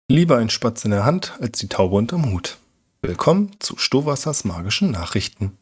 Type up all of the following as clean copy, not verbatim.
Lieber ein Spatz in der Hand als die Taube unterm Hut. Willkommen zu Stowassers magischen Nachrichten.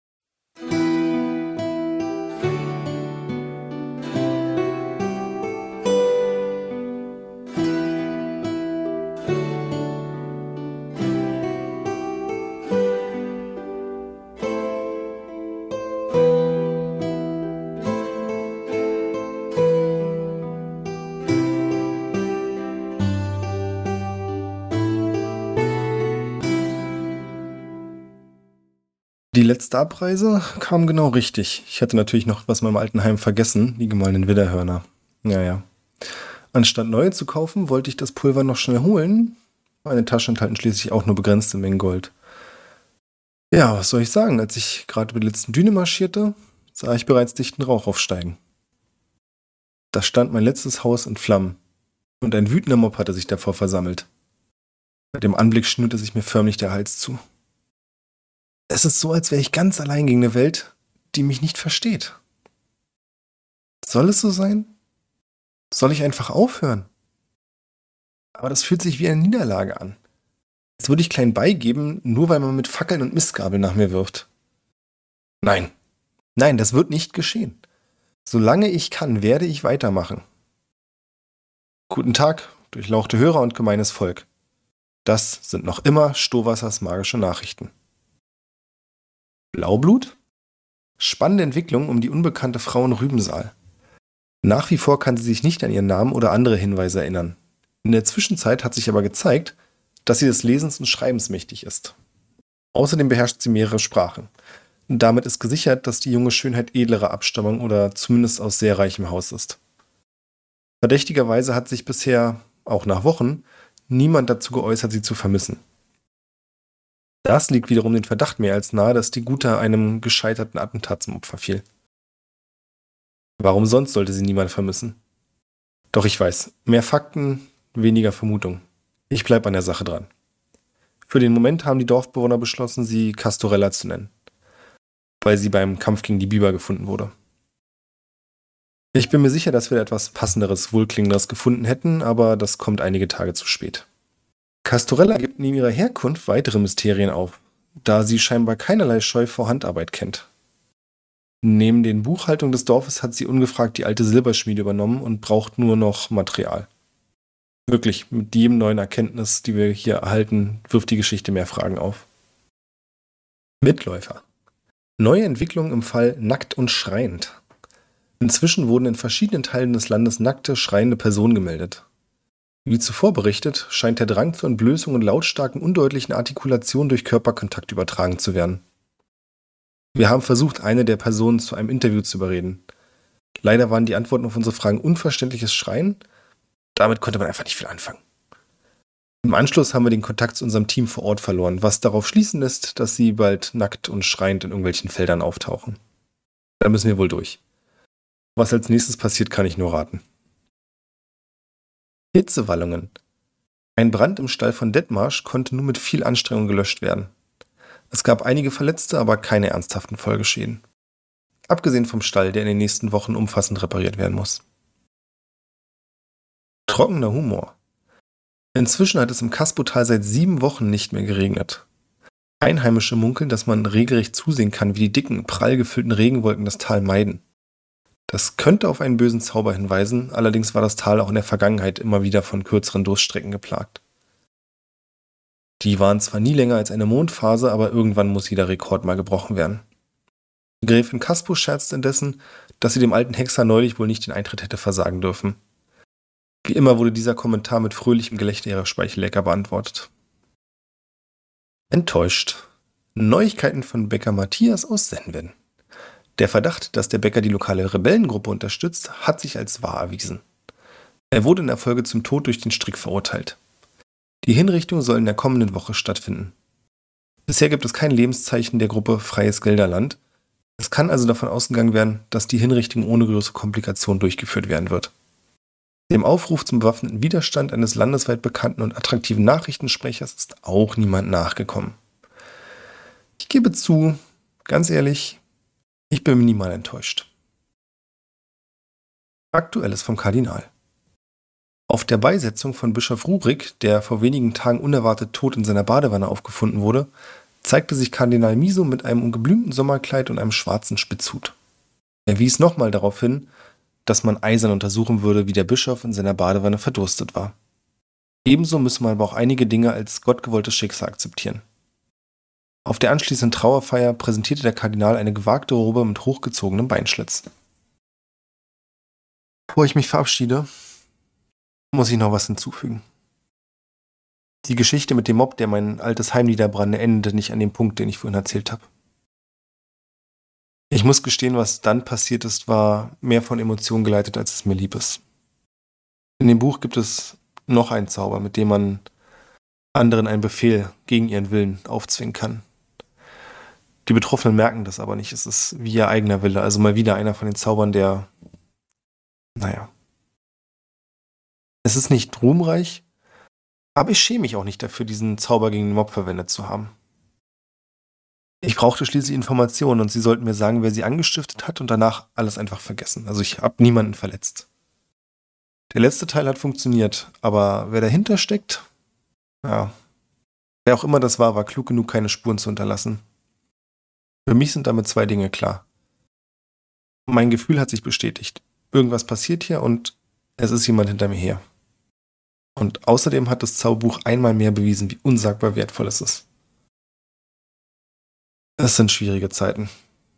Die letzte Abreise kam genau richtig. Ich hatte natürlich noch was in meinem alten Heim vergessen, die gemahlenen Widderhörner. Ja. Anstatt neue zu kaufen, wollte ich das Pulver noch schnell holen. Meine Taschen enthalten schließlich auch nur begrenzte Mengen Gold. Ja, was soll ich sagen? Als ich gerade über die letzten Düne marschierte, sah ich bereits dichten Rauch aufsteigen. Da stand mein letztes Haus in Flammen. Und ein wütender Mob hatte sich davor versammelt. Bei dem Anblick schnürte sich mir förmlich der Hals zu. Es ist so, als wäre ich ganz allein gegen eine Welt, die mich nicht versteht. Soll es so sein? Soll ich einfach aufhören? Aber das fühlt sich wie eine Niederlage an. Als würde ich klein beigeben, nur weil man mit Fackeln und Mistgabeln nach mir wirft. Nein, nein, das wird nicht geschehen. Solange ich kann, werde ich weitermachen. Guten Tag, durchlauchte Hörer und gemeines Volk. Das sind noch immer Stowassers magische Nachrichten. Blaublut? Spannende Entwicklung um die unbekannte Frau in Rübensaal. Nach wie vor kann sie sich nicht an ihren Namen oder andere Hinweise erinnern. In der Zwischenzeit hat sich aber gezeigt, dass sie des Lesens und Schreibens mächtig ist. Außerdem beherrscht sie mehrere Sprachen. Und damit ist gesichert, dass die junge Schönheit edlerer Abstammung oder zumindest aus sehr reichem Haus ist. Verdächtigerweise hat sich bisher, auch nach Wochen, niemand dazu geäußert, sie zu vermissen. Das liegt wiederum den Verdacht mehr als nahe, dass die Gute einem gescheiterten Attentat zum Opfer fiel. Warum sonst sollte sie niemand vermissen? Doch ich weiß, mehr Fakten, weniger Vermutung. Ich bleibe an der Sache dran. Für den Moment haben die Dorfbewohner beschlossen, sie Castorella zu nennen, weil sie beim Kampf gegen die Biber gefunden wurde. Ich bin mir sicher, dass wir etwas Passenderes, Wohlklingenderes gefunden hätten, aber das kommt einige Tage zu spät. Castorella gibt neben ihrer Herkunft weitere Mysterien auf, da sie scheinbar keinerlei Scheu vor Handarbeit kennt. Neben den Buchhaltungen des Dorfes hat sie ungefragt die alte Silberschmiede übernommen und braucht nur noch Material. Wirklich, mit jedem neuen Erkenntnis, die wir hier erhalten, wirft die Geschichte mehr Fragen auf. Mitläufer. Neue Entwicklungen im Fall Nackt und Schreiend. Inzwischen wurden in verschiedenen Teilen des Landes nackte, schreiende Personen gemeldet. Wie zuvor berichtet, scheint der Drang zur Entblößung und lautstarken, undeutlichen Artikulationen durch Körperkontakt übertragen zu werden. Wir haben versucht, eine der Personen zu einem Interview zu überreden. Leider waren die Antworten auf unsere Fragen unverständliches Schreien. Damit konnte man einfach nicht viel anfangen. Im Anschluss haben wir den Kontakt zu unserem Team vor Ort verloren, was darauf schließen lässt, dass sie bald nackt und schreiend in irgendwelchen Feldern auftauchen. Da müssen wir wohl durch. Was als nächstes passiert, kann ich nur raten. Hitzewallungen. Ein Brand im Stall von Dethmarsch konnte nur mit viel Anstrengung gelöscht werden. Es gab einige Verletzte, aber keine ernsthaften Folgeschäden. Abgesehen vom Stall, der in den nächsten Wochen umfassend repariert werden muss. Trockener Humor. Inzwischen hat es im Kasputal seit 7 Wochen nicht mehr geregnet. Einheimische munkeln, dass man regelrecht zusehen kann, wie die dicken, prall gefüllten Regenwolken das Tal meiden. Das könnte auf einen bösen Zauber hinweisen, allerdings war das Tal auch in der Vergangenheit immer wieder von kürzeren Durststrecken geplagt. Die waren zwar nie länger als eine Mondphase, aber irgendwann muss jeder Rekord mal gebrochen werden. Die Gräfin Kaspu scherzt indessen, dass sie dem alten Hexer neulich wohl nicht den Eintritt hätte versagen dürfen. Wie immer wurde dieser Kommentar mit fröhlichem Gelächter ihrer Speichellecker beantwortet. Enttäuscht. Neuigkeiten von Bäcker Matthias aus Senwen. Der Verdacht, dass der Bäcker die lokale Rebellengruppe unterstützt, hat sich als wahr erwiesen. Er wurde in der Folge zum Tod durch den Strick verurteilt. Die Hinrichtung soll in der kommenden Woche stattfinden. Bisher gibt es kein Lebenszeichen der Gruppe Freies Gelderland. Es kann also davon ausgegangen werden, dass die Hinrichtung ohne größere Komplikationen durchgeführt werden wird. Dem Aufruf zum bewaffneten Widerstand eines landesweit bekannten und attraktiven Nachrichtensprechers ist auch niemand nachgekommen. Ich gebe zu, ganz ehrlich, ich bin minimal enttäuscht. Aktuelles vom Kardinal. Auf der Beisetzung von Bischof Rurik, der vor wenigen Tagen unerwartet tot in seiner Badewanne aufgefunden wurde, zeigte sich Kardinal Miso mit einem umgeblümten Sommerkleid und einem schwarzen Spitzhut. Er wies nochmal darauf hin, dass man eisern untersuchen würde, wie der Bischof in seiner Badewanne verdurstet war. Ebenso müsse man aber auch einige Dinge als gottgewolltes Schicksal akzeptieren. Auf der anschließenden Trauerfeier präsentierte der Kardinal eine gewagte Robe mit hochgezogenem Beinschlitz. Bevor ich mich verabschiede, muss ich noch was hinzufügen. Die Geschichte mit dem Mob, der mein altes Heim niederbrannte, endete nicht an dem Punkt, den ich vorhin erzählt habe. Ich muss gestehen, was dann passiert ist, war mehr von Emotionen geleitet, als es mir lieb ist. In dem Buch gibt es noch einen Zauber, mit dem man anderen einen Befehl gegen ihren Willen aufzwingen kann. Die Betroffenen merken das aber nicht. Es ist wie ihr eigener Wille. Also mal wieder einer von den Zaubern, der, es ist nicht ruhmreich, aber ich schäme mich auch nicht dafür, diesen Zauber gegen den Mob verwendet zu haben. Ich brauchte schließlich Informationen und sie sollten mir sagen, wer sie angestiftet hat und danach alles einfach vergessen. Also ich habe niemanden verletzt. Der letzte Teil hat funktioniert, aber wer dahinter steckt, ja, wer auch immer das war klug genug, keine Spuren zu hinterlassen. Für mich sind damit zwei Dinge klar. Mein Gefühl hat sich bestätigt. Irgendwas passiert hier und es ist jemand hinter mir her. Und außerdem hat das Zauberbuch einmal mehr bewiesen, wie unsagbar wertvoll es ist. Es sind schwierige Zeiten.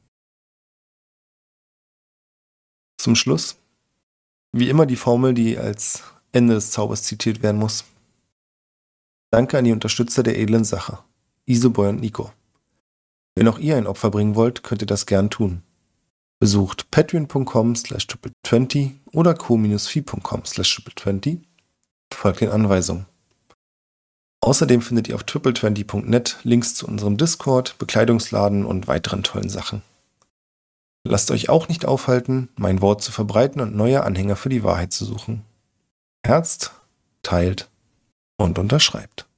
Zum Schluss, wie immer die Formel, die als Ende des Zaubers zitiert werden muss. Danke an die Unterstützer der edlen Sache, Isoboy und Nico. Wenn auch ihr ein Opfer bringen wollt, könnt ihr das gern tun. Besucht patreon.com/triple20 oder co-fi.com/triple20. Folgt den Anweisungen. Außerdem findet ihr auf triple20.net Links zu unserem Discord, Bekleidungsladen und weiteren tollen Sachen. Lasst euch auch nicht aufhalten, mein Wort zu verbreiten und neue Anhänger für die Wahrheit zu suchen. Herzt, teilt und unterschreibt.